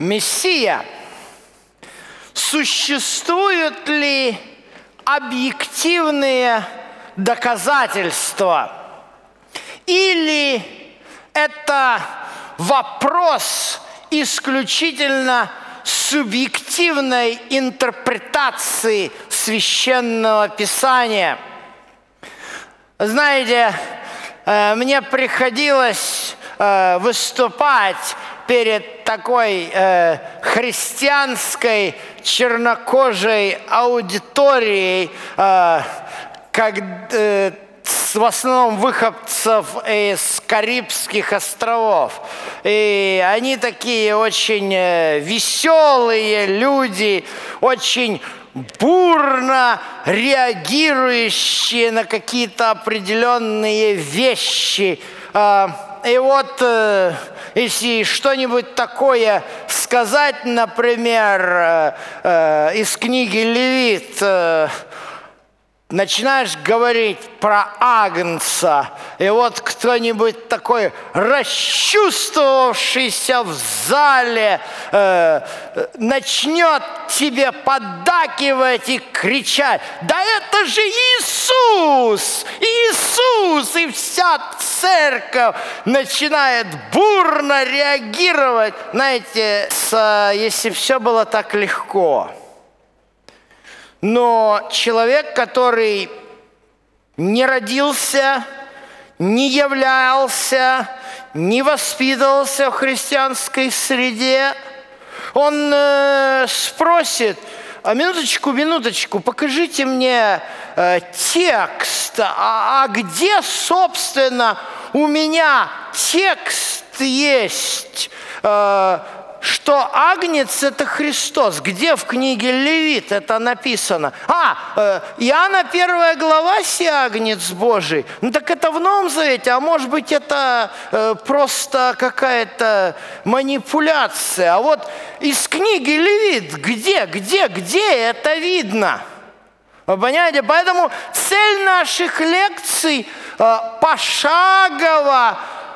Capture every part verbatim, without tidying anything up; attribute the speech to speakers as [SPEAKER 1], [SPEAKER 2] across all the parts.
[SPEAKER 1] Мессия. Существуют ли объективные доказательства? Или это вопрос исключительно субъективной интерпретации Священного Писания? Знаете, мне приходилось выступать перед такой э, христианской чернокожей аудиторией, э, как, э, в основном выходцев из Карибских островов. И они такие очень э, веселые люди, очень бурно реагирующие на какие-то определенные вещи. Э, и вот... Э, Если что-нибудь такое сказать, например, э, э, из книги Левит, э, начинаешь говорить про Агнца, и вот кто-нибудь такой расчувствовавшийся в зале э, начнет тебе поддакивать и кричать: «Да это же Иисус! Иисус!» И вся церковь начинает бурно реагировать. Знаете, с, если все было так легко. Но человек, который не родился, не являлся, не воспитывался в христианской среде, он э, спросит: а минуточку, минуточку, покажите мне э, текст, а, а где, собственно, у меня текст есть, э, что Агнец – это Христос. Где в книге Левит это написано? А, э, Иоанна первая глава, си Агнец Божий. Ну так это в Новом Завете, а может быть это э, просто какая-то манипуляция. А вот из книги Левит где, где, где это видно? Вы понимаете? Поэтому цель наших лекций э, пошагово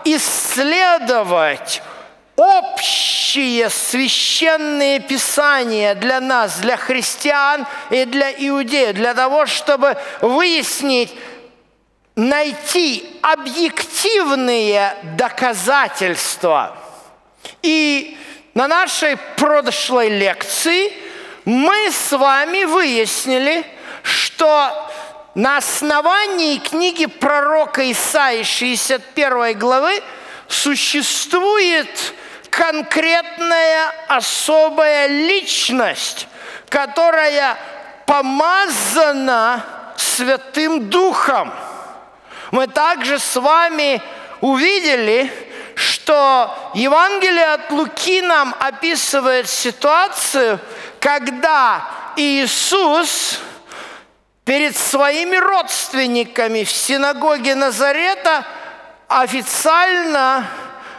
[SPEAKER 1] исследовать общие священные писания для нас, для христиан и для иудеев, для того, чтобы выяснить, найти объективные доказательства. И на нашей прошлой лекции мы с вами выяснили, что на основании книги пророка Исаии шестьдесят первой главы существует конкретная особая личность, которая помазана Святым Духом. Мы также с вами увидели, что Евангелие от Луки нам описывает ситуацию, когда Иисус перед своими родственниками в синагоге Назарета официально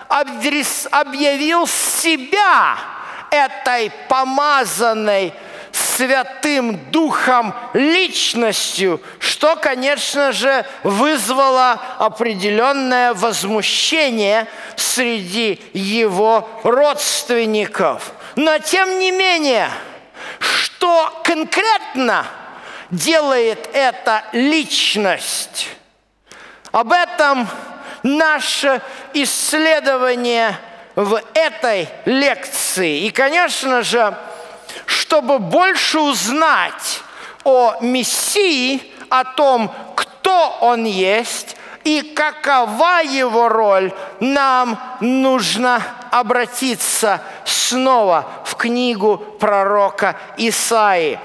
[SPEAKER 1] объявил себя этой помазанной Святым Духом личностью, что, конечно же, вызвало определенное возмущение среди его родственников. Но, тем не менее, что конкретно делает эта личность? Об этом наше исследование в этой лекции. И, конечно же, чтобы больше узнать о Мессии, о том, кто Он есть и какова Его роль, нам нужно обратиться снова в книгу пророка Исаии.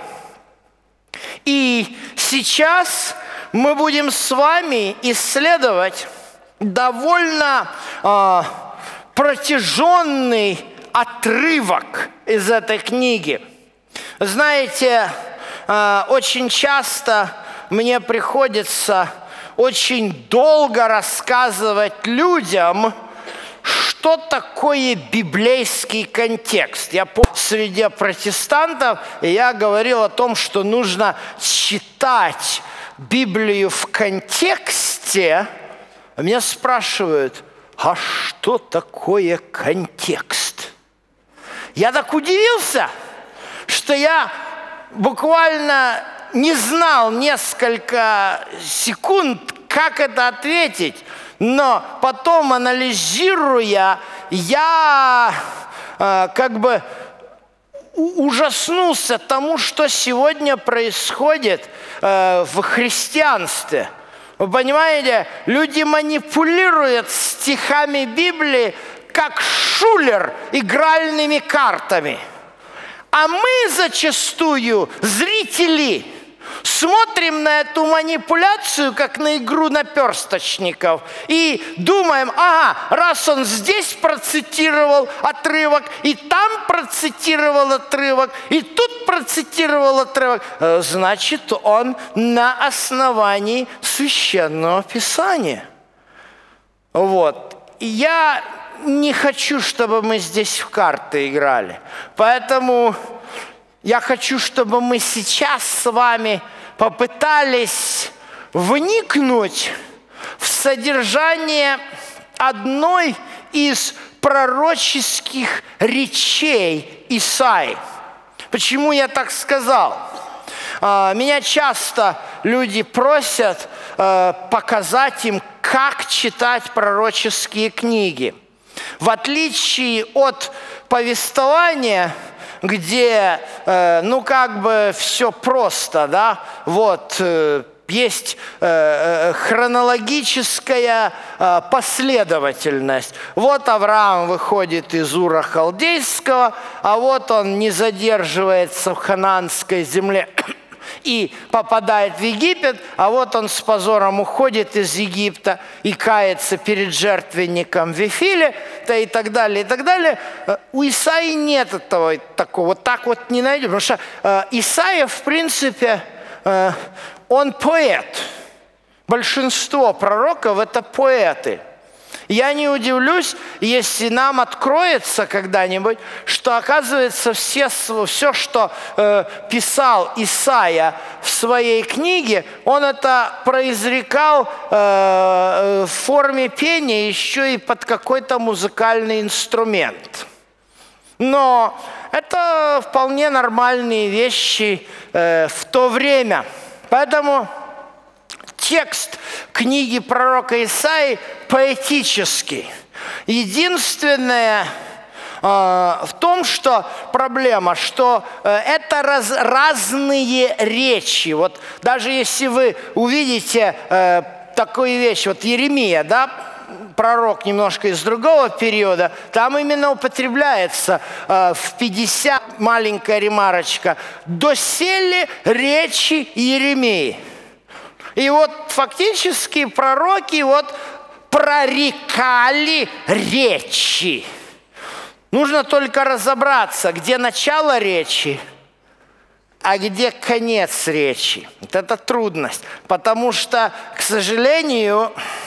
[SPEAKER 1] И сейчас мы будем с вами исследовать довольно э, протяженный отрывок из этой книги. Знаете, э, очень часто мне приходится очень долго рассказывать людям, что такое библейский контекст. Я помню, среди протестантов я говорил о том, что нужно читать Библию в контексте. Меня спрашивают: а что такое контекст? Я так удивился, что я буквально не знал несколько секунд, как это ответить. Но потом, анализируя, я э, как бы ужаснулся тому, что сегодня происходит э, в христианстве. Вы понимаете, люди манипулируют стихами Библии, как шулер игральными картами. А мы зачастую, зрители, смотрим на эту манипуляцию, как на игру наперсточников, и думаем, ага, раз он здесь процитировал отрывок, и там процитировал отрывок, и тут процитировал отрывок, значит, он на основании Священного Писания. Вот. Я не хочу, чтобы мы здесь в карты играли. Поэтому я хочу, чтобы мы сейчас с вами попытались вникнуть в содержание одной из пророческих речей Исаии. Почему я так сказал? Меня часто люди просят показать им, как читать пророческие книги. В отличие от повествования, где, э, ну, как бы все просто, да, вот, э, есть э, хронологическая э, последовательность. Вот Авраам выходит из Ура Халдейского, а вот он не задерживается в ханаанской земле и попадает в Египет, а вот он с позором уходит из Египта и кается перед жертвенником в Вифиле, да и так далее, и так далее. У Исаии нет этого такого, вот так вот не найдем, потому что э, Исаия, в принципе, э, он поэт. Большинство пророков – это поэты. Я не удивлюсь, если нам откроется когда-нибудь, что, оказывается, все, все что э, писал Исаия в своей книге, он это произрекал э, в форме пения еще и под какой-то музыкальный инструмент. Но это вполне нормальные вещи э, в то время. Поэтому текст книги пророка Исаии поэтический. Единственное э, в том, что проблема, что э, это раз, разные речи. Вот даже если вы увидите э, такую вещь, вот Иеремия, да, пророк немножко из другого периода, там именно употребляется э, в пятьдесят, маленькая ремарочка, «доселе речи Иеремии». И вот фактически пророки вот прорекали речи. Нужно только разобраться, где начало речи, а где конец речи. Вот это трудность, потому что, к сожалению,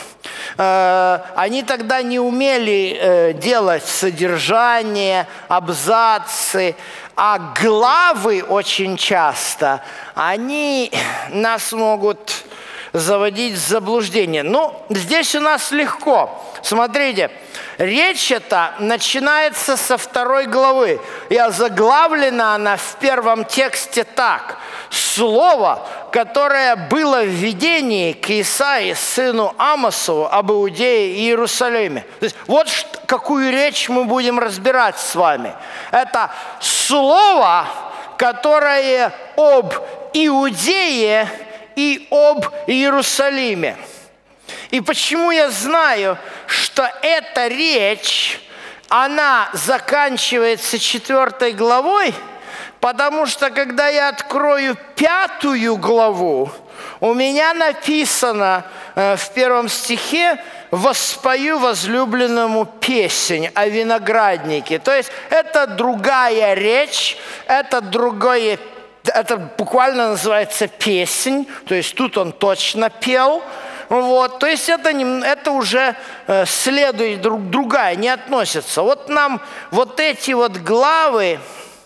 [SPEAKER 1] э, они тогда не умели э, делать содержание, абзацы, а главы очень часто, они нас могут заводить в заблуждение. Ну, здесь у нас легко. Смотрите, речь эта начинается со второй главы. И озаглавлена она в первом тексте так. Слово, которое было в видении к Исаии, сыну Амосову, об Иудее и Иерусалиме. То есть вот какую речь мы будем разбирать с вами. Это слово, которое об Иудее и об Иерусалиме. И почему я знаю, что эта речь, она заканчивается четвертой главой? Потому что, когда я открою пятую главу, у меня написано э, в первом стихе «Воспою возлюбленному песнь о винограднике». То есть это другая речь, это другое, это буквально называется песнь, то есть тут он точно пел. Вот, то есть это, не, это уже э, следует, друг, другая, не относится. Вот нам вот эти вот главы,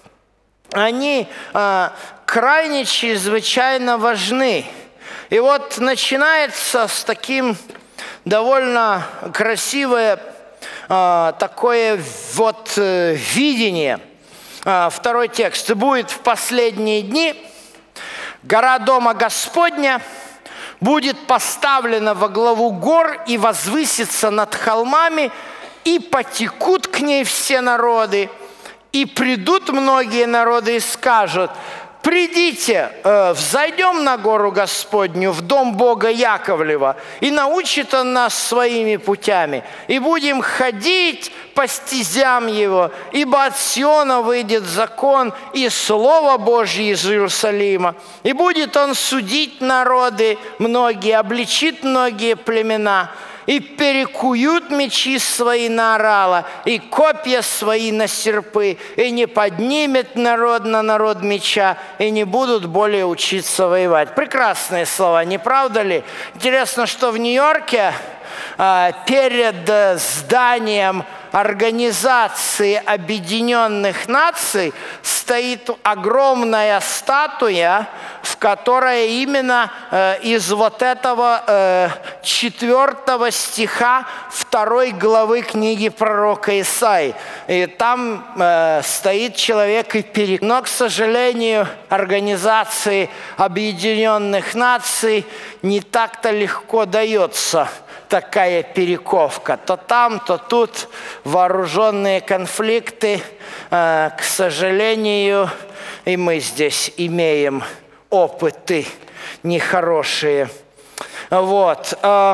[SPEAKER 1] они э, крайне чрезвычайно важны. И вот начинается с таким довольно красивое э, такое вот э, видение. Второй текст. «И будет в последние дни гора Дома Господня будет поставлена во главу гор и возвысится над холмами, и потекут к ней все народы, и придут многие народы и скажут: придите, э, взойдем на гору Господню, в дом Бога Яковлева, и научит Он нас своими путями, и будем ходить по стезям Его, ибо от Сиона выйдет закон и Слово Божье из Иерусалима, и будет Он судить народы многие, обличит многие племена, и перекуют мечи свои на орала, и копья свои на серпы, и не поднимет народ на народ меча, и не будут более учиться воевать». Прекрасные слова, не правда ли? Интересно, что в Нью-Йорке перед зданием Организации Объединенных Наций стоит огромная статуя, в которой именно э, из вот этого э, четвертого стиха второй главы книги пророка Исаии. И там э, стоит человек и перек... Но, к сожалению, Организации Объединенных Наций не так-то легко дается такая перековка. То там, то тут вооруженные конфликты, э, к сожалению, и мы здесь имеем опыты нехорошие. Вот. Э,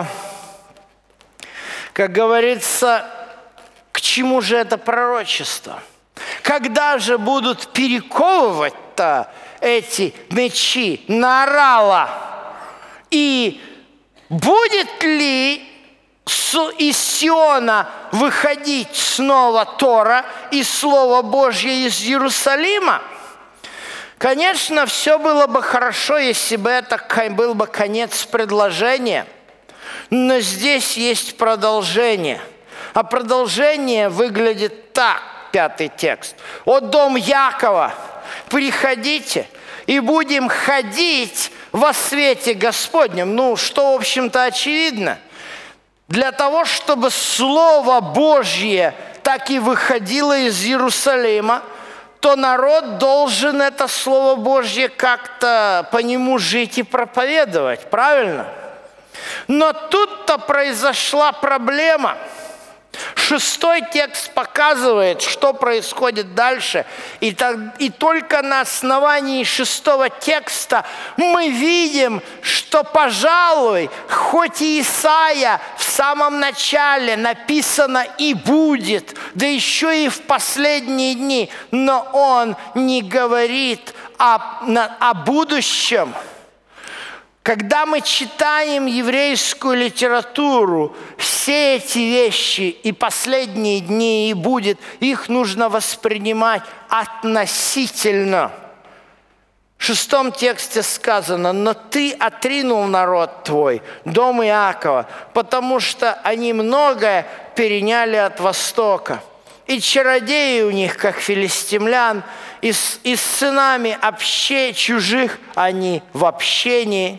[SPEAKER 1] как говорится, к чему же это пророчество? Когда же будут перековывать-то эти мечи на орала? И будет ли из Сиона выходить снова Тора и Слово Божье из Иерусалима? Конечно, все было бы хорошо, если бы это был бы конец предложения. Но здесь есть продолжение. А продолжение выглядит так, пятый текст. «О дом Якова, приходите, и будем ходить во свете Господнем». Ну, что, в общем-то, очевидно. Для того, чтобы Слово Божье так и выходило из Иерусалима, то народ должен это Слово Божье как-то по нему жить и проповедовать, правильно? Но тут-то произошла проблема. Шестой текст показывает, что происходит дальше. И, так, и только на основании шестого текста мы видим, что, пожалуй, хоть и Исаия в самом начале написано «и будет», да еще и в последние дни, но он не говорит о, о будущем. Когда мы читаем еврейскую литературу, все эти вещи и последние дни, и будет, их нужно воспринимать относительно. В шестом тексте сказано: «Но ты отринул народ твой, дом Иакова, потому что они многое переняли от Востока. И чародеи у них, как филистимлян, и с, и с сынами обще, чужих они в общении».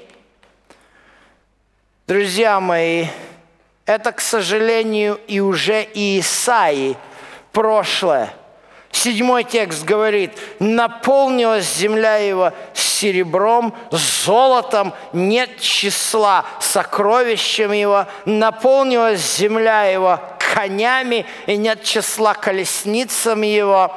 [SPEAKER 1] Друзья мои, это, к сожалению, и уже и Исаии прошлое. Седьмой текст говорит: «Наполнилась земля его серебром, золотом, нет числа, сокровищем его, наполнилась земля его конями, и нет числа колесницами его».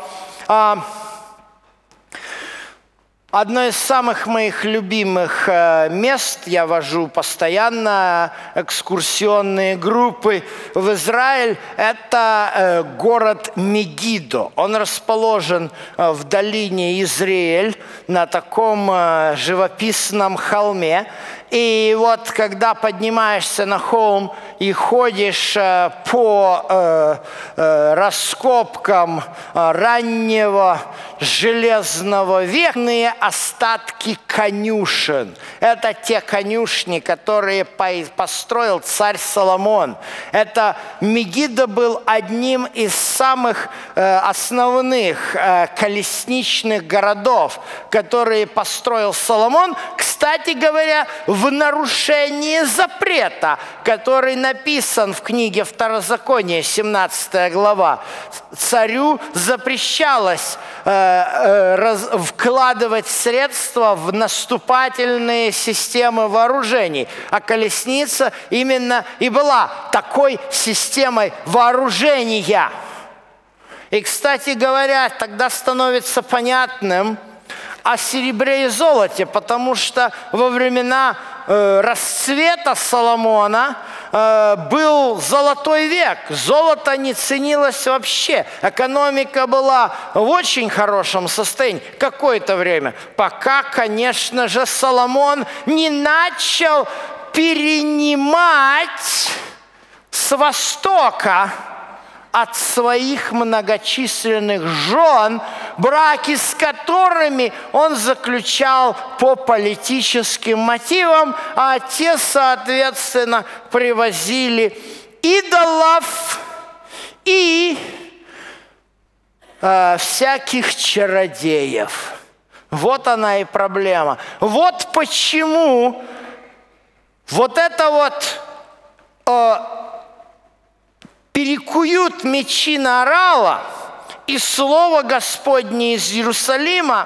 [SPEAKER 1] Одно из самых моих любимых мест, я вожу постоянно экскурсионные группы в Израиль, это город Мегидо. Он расположен в долине Израиль, на таком живописном холме. И вот когда поднимаешься на холм и ходишь по э, э, раскопкам раннего железного века, остатки конюшен. Это те конюшни, которые построил царь Соломон. Это Мегидо был одним из самых э, основных э, колесничных городов, которые построил Соломон. Кстати говоря, в в нарушение запрета, который написан в книге Второзакония, семнадцатая глава. Царю запрещалось э, э, раз, вкладывать средства в наступательные системы вооружений, а колесница именно и была такой системой вооружения. И, кстати говоря, тогда становится понятным о серебре и золоте, потому что во времена э, расцвета Соломона э, был золотой век. Золото не ценилось вообще. Экономика была в очень хорошем состоянии какое-то время, пока, конечно же, Соломон не начал перенимать с Востока от своих многочисленных жен, браки с которыми он заключал по политическим мотивам, а те, соответственно, привозили идолов и э, всяких чародеев. Вот она и проблема. Вот почему вот это вот э, перекуют мечи наорала, и слово Господне из Иерусалима,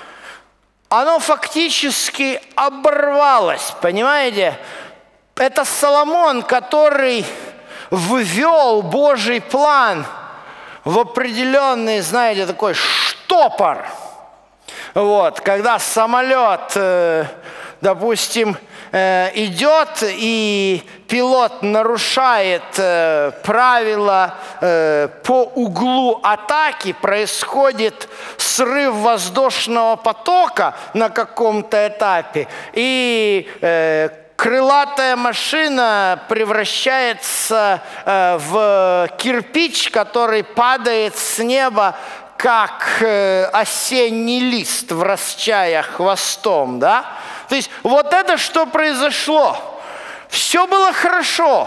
[SPEAKER 1] оно фактически оборвалось, понимаете? Это Соломон, который ввел Божий план в определенный, знаете, такой штопор. Вот, когда самолет, допустим, идет, и пилот нарушает э, правила э, по углу атаки, происходит срыв воздушного потока на каком-то этапе, и э, крылатая машина превращается э, в кирпич, который падает с неба, как э, осенний лист вращая хвостом, да? То есть вот это что произошло. Все было хорошо.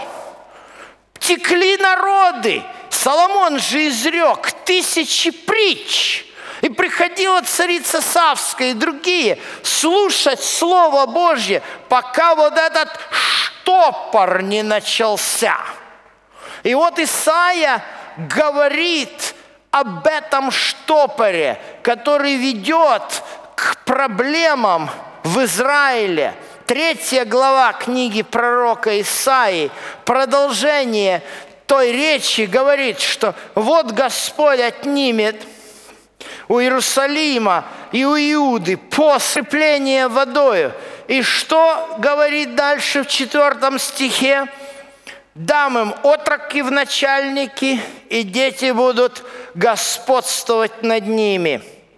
[SPEAKER 1] Текли народы. Соломон же изрек тысячи притч. И приходила царица Савская и другие слушать Слово Божье, пока вот этот штопор не начался. И вот Исаия говорит об этом штопоре, который ведет к проблемам в Израиле. Третья глава книги пророка Исаии, продолжение той речи говорит, что вот Господь отнимет у Иерусалима и у Иуды посыпление водою. И что говорит дальше в четвертом стихе? Дам им отроки в начальники, и дети будут господствовать над ними.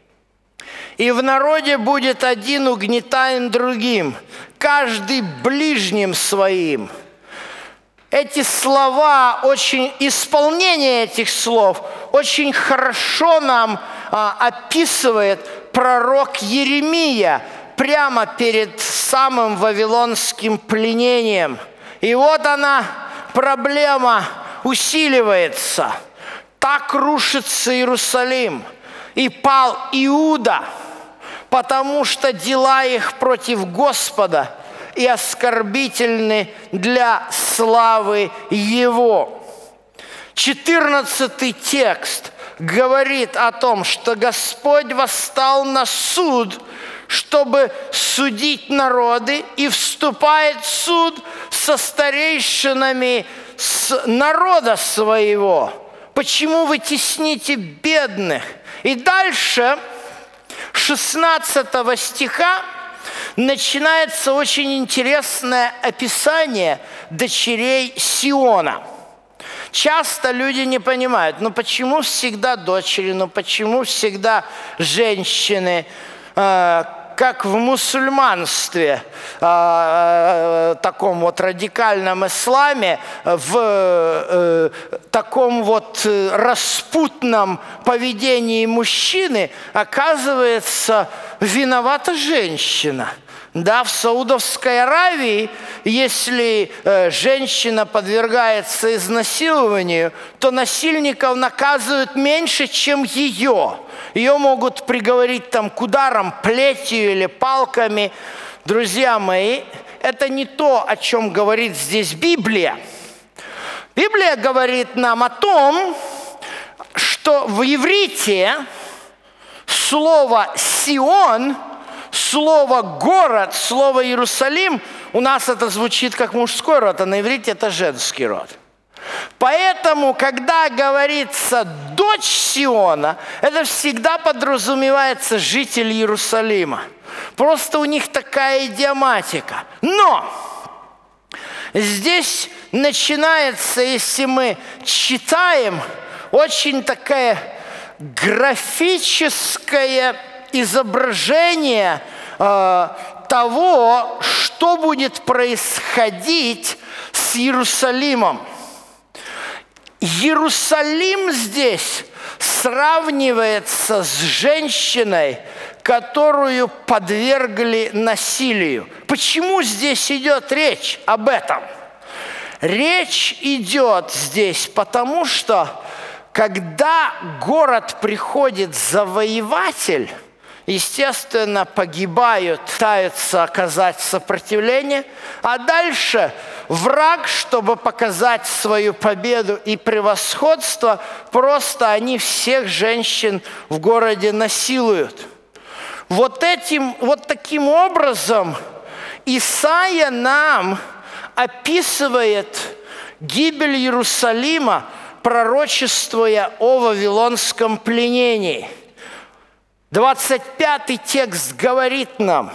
[SPEAKER 1] И в народе будет один угнетаем другим, каждый ближним своим. Эти слова, очень, исполнение этих слов очень хорошо нам а, описывает пророк Иеремия прямо перед самым вавилонским пленением. И вот она, проблема усиливается. Так рушится Иерусалим, и пал Иуда, потому что дела их против Господа и оскорбительны для славы Его. четырнадцатый текст говорит о том, что Господь восстал на суд, чтобы судить народы, и вступает в суд со старейшинами с народа своего. Почему вы тесните бедных? И дальше, шестнадцатого стиха, начинается очень интересное описание дочерей Сиона. Часто люди не понимают, ну почему всегда дочери, ну почему всегда женщины, э, как в мусульманстве, э, таком вот радикальном исламе, в э, таком вот распутном поведении мужчины, оказывается, виновата женщина. Да, в Саудовской Аравии, если э, женщина подвергается изнасилованию, то насильников наказывают меньше, чем ее. Ее могут приговорить там к ударам плетью или палками. Друзья мои, это не то, о чем говорит здесь Библия. Библия говорит нам о том, что в иврите слово «Сион», слово «город», слово «Иерусалим» у нас это звучит как мужской род, а на иврите это женский род. Поэтому, когда говорится «дочь Сиона», это всегда подразумевается житель Иерусалима. Просто у них такая идиоматика. Но здесь начинается, если мы читаем, очень такое графическое изображение э, того, что будет происходить с Иерусалимом. Иерусалим здесь сравнивается с женщиной, которую подвергли насилию. Почему здесь идет речь об этом? Речь идет здесь потому, что когда город приходит завоеватель, естественно, погибают, пытаются оказать сопротивление, а дальше враг, чтобы показать свою победу и превосходство, просто они всех женщин в городе насилуют. Вот этим, вот таким образом Исаия нам описывает гибель Иерусалима, пророчествуя о вавилонском пленении. двадцать пятый текст говорит нам: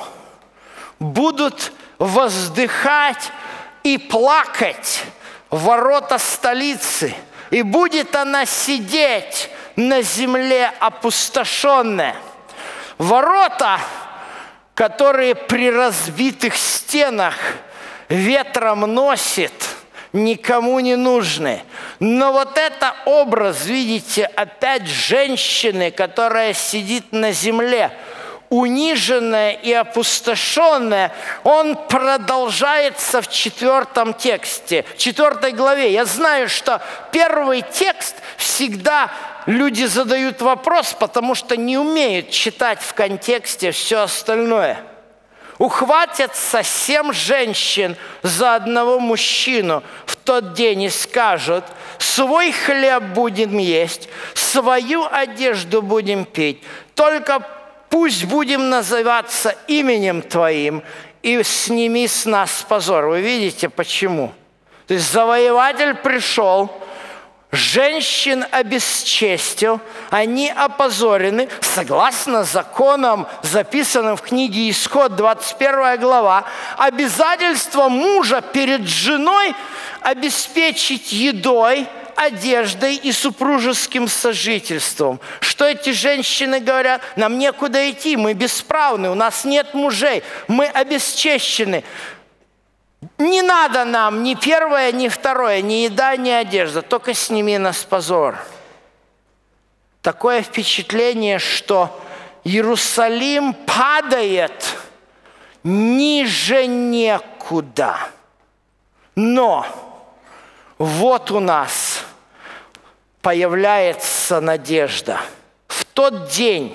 [SPEAKER 1] «Будут воздыхать и плакать ворота столицы, и будет она сидеть на земле опустошенная». Ворота, которые при разбитых стенах ветром носит, никому не нужны. Но вот это образ, видите, опять женщины, которая сидит на земле, униженная и опустошенная, он продолжается в четвертом тексте, в четвертой главе. Я знаю, что первый текст всегда люди задают вопрос, потому что не умеют читать в контексте все остальное. Ухватятся семь женщин за одного мужчину в тот день и скажут: свой хлеб будем есть, свою одежду будем пить, только пусть будем называться именем Твоим, и сними с нас позор. Вы видите, почему? То есть завоеватель пришел, женщин обесчестил, они опозорены, согласно законам, записанным в книге Исход, двадцать первая глава, обязательство мужа перед женой обеспечить едой, одеждой и супружеским сожительством. Что эти женщины говорят? Нам некуда идти, мы бесправны, у нас нет мужей, мы обесчещены. Не надо нам ни первое, ни второе, ни еда, ни одежда, только сними нас позор. Такое впечатление, что Иерусалим падает ниже некуда. Но вот у нас появляется надежда. В тот день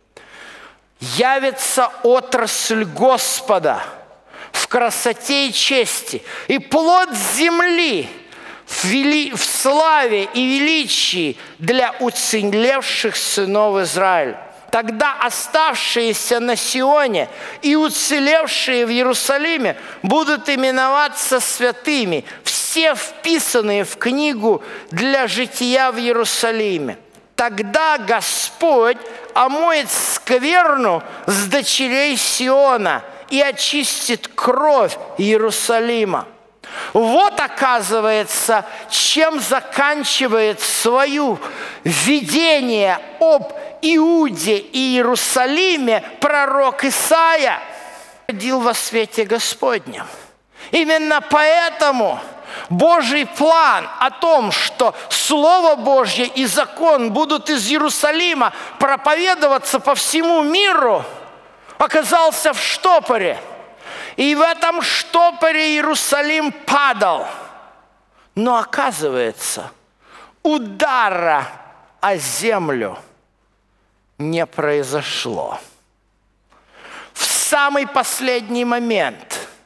[SPEAKER 1] явится отрасль Господа в красоте и чести, и плод земли в, вели... в славе и величии для уцелевших сынов Израиля. Тогда оставшиеся на Сионе и уцелевшие в Иерусалиме будут именоваться святыми, все вписанные в книгу для жития в Иерусалиме. Тогда Господь омоет скверну с дочерей Сиона и очистит кровь Иерусалима. Вот, оказывается, чем заканчивает свое видение об Иуде и Иерусалиме пророк Исаия. Ходил во свете Господнем. Именно поэтому Божий план о том, что Слово Божье и закон будут из Иерусалима проповедоваться по всему миру, оказался в штопоре. И в этом штопоре Иерусалим падал. Но оказывается, удара о землю не произошло. В самый последний момент,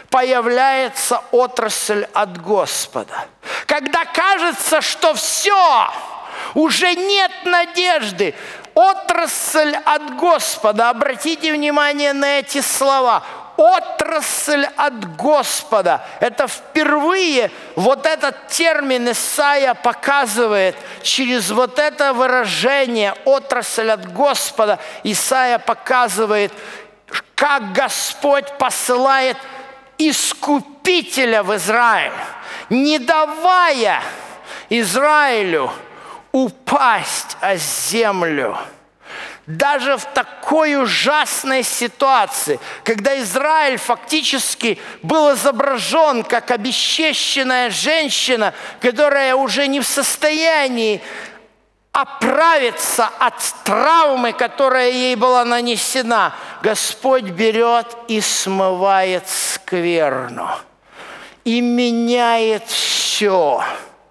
[SPEAKER 1] появляется отрасль от Господа. Когда кажется, что все, уже нет надежды, отрасль от Господа. Обратите внимание на эти слова. Отрасль от Господа. Это впервые вот этот термин Исаия показывает через вот это выражение «отрасль от Господа». Исаия показывает, как Господь посылает искупителя в Израиль, не давая Израилю упасть о землю. Даже в такой ужасной ситуации, когда Израиль фактически был изображен как обесчещенная женщина, которая уже не в состоянии оправиться от травмы, которая ей была нанесена, Господь берет и смывает скверну и меняет все.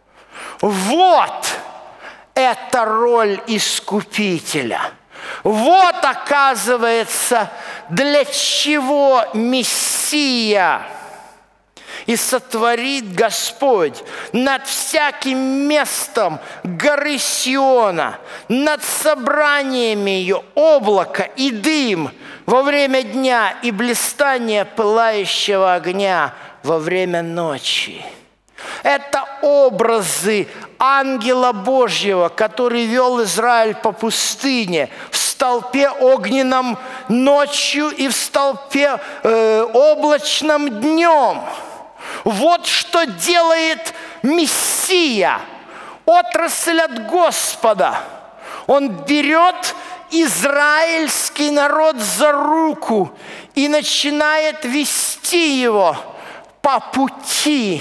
[SPEAKER 1] Вот это роль искупителя. Вот, оказывается, для чего Мессия. И сотворит Господь над всяким местом горы Сиона, над собраниями ее облако и дым во время дня и блистание пылающего огня во время ночи. Это образы ангела Божьего, который вел Израиль по пустыне в столпе огненном ночью и в столпе э, облачном днем. Вот что делает Мессия, отрасль от Господа. Он берет израильский народ за руку и начинает вести его по пути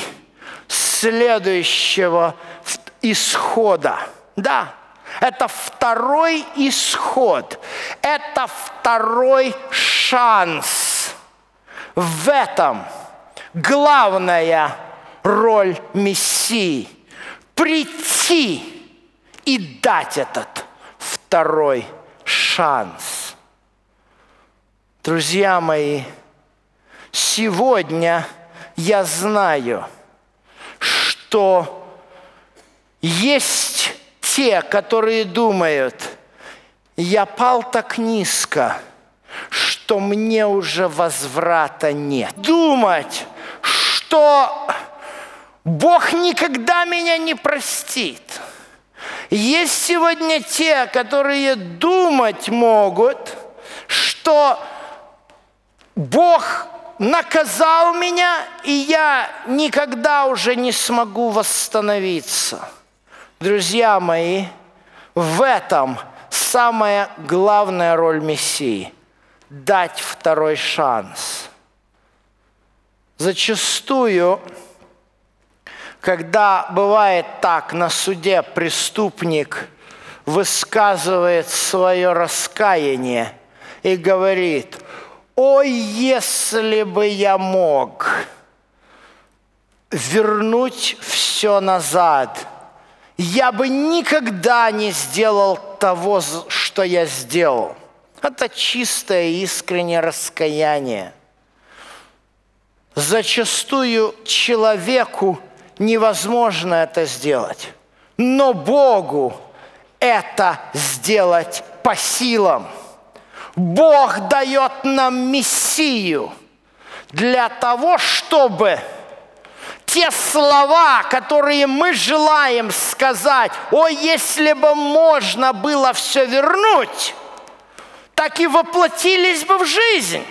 [SPEAKER 1] следующего исхода. Да, это второй исход, это второй шанс. В этом главная роль Мессии – прийти и дать этот второй шанс. Друзья мои, сегодня я знаю, что есть те, которые думают, я пал так низко, что мне уже возврата нет. Думать, что Бог никогда меня не простит. Есть сегодня те, которые думать могут, что Бог наказал меня, и я никогда уже не смогу восстановиться. Друзья мои, в этом самая главная роль Мессии – дать второй шанс. Зачастую, когда бывает так, на суде преступник высказывает свое раскаяние и говорит: «Ой, если бы я мог вернуть все назад, я бы никогда не сделал того, что я сделал». Это чистое искреннее раскаяние. Зачастую человеку невозможно это сделать, но Богу это сделать по силам. Бог дает нам Мессию для того, чтобы те слова, которые мы желаем сказать, «О, если бы можно было все вернуть», так и воплотились бы в жизнь.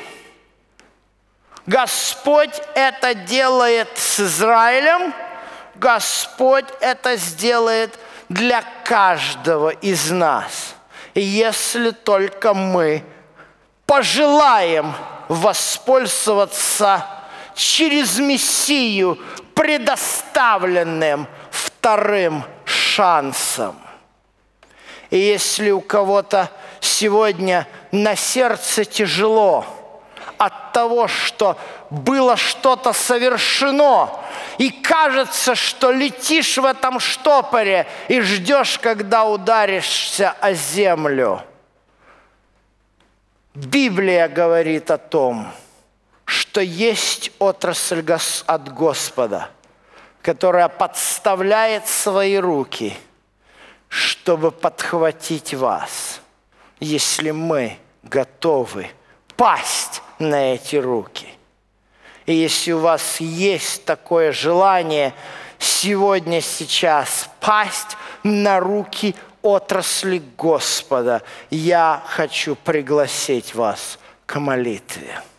[SPEAKER 1] Господь это делает с Израилем, Господь это сделает для каждого из нас. И если только мы пожелаем воспользоваться через Мессию предоставленным вторым шансом. И если у кого-то сегодня на сердце тяжело от того, что было что-то совершено, и кажется, что летишь в этом штопоре и ждешь, когда ударишься о землю. Библия говорит о том, что что есть отрасль от Господа, которая подставляет свои руки, чтобы подхватить вас, если мы готовы пасть на эти руки. И если у вас есть такое желание сегодня, сейчас пасть на руки отрасли Господа, я хочу пригласить вас к молитве.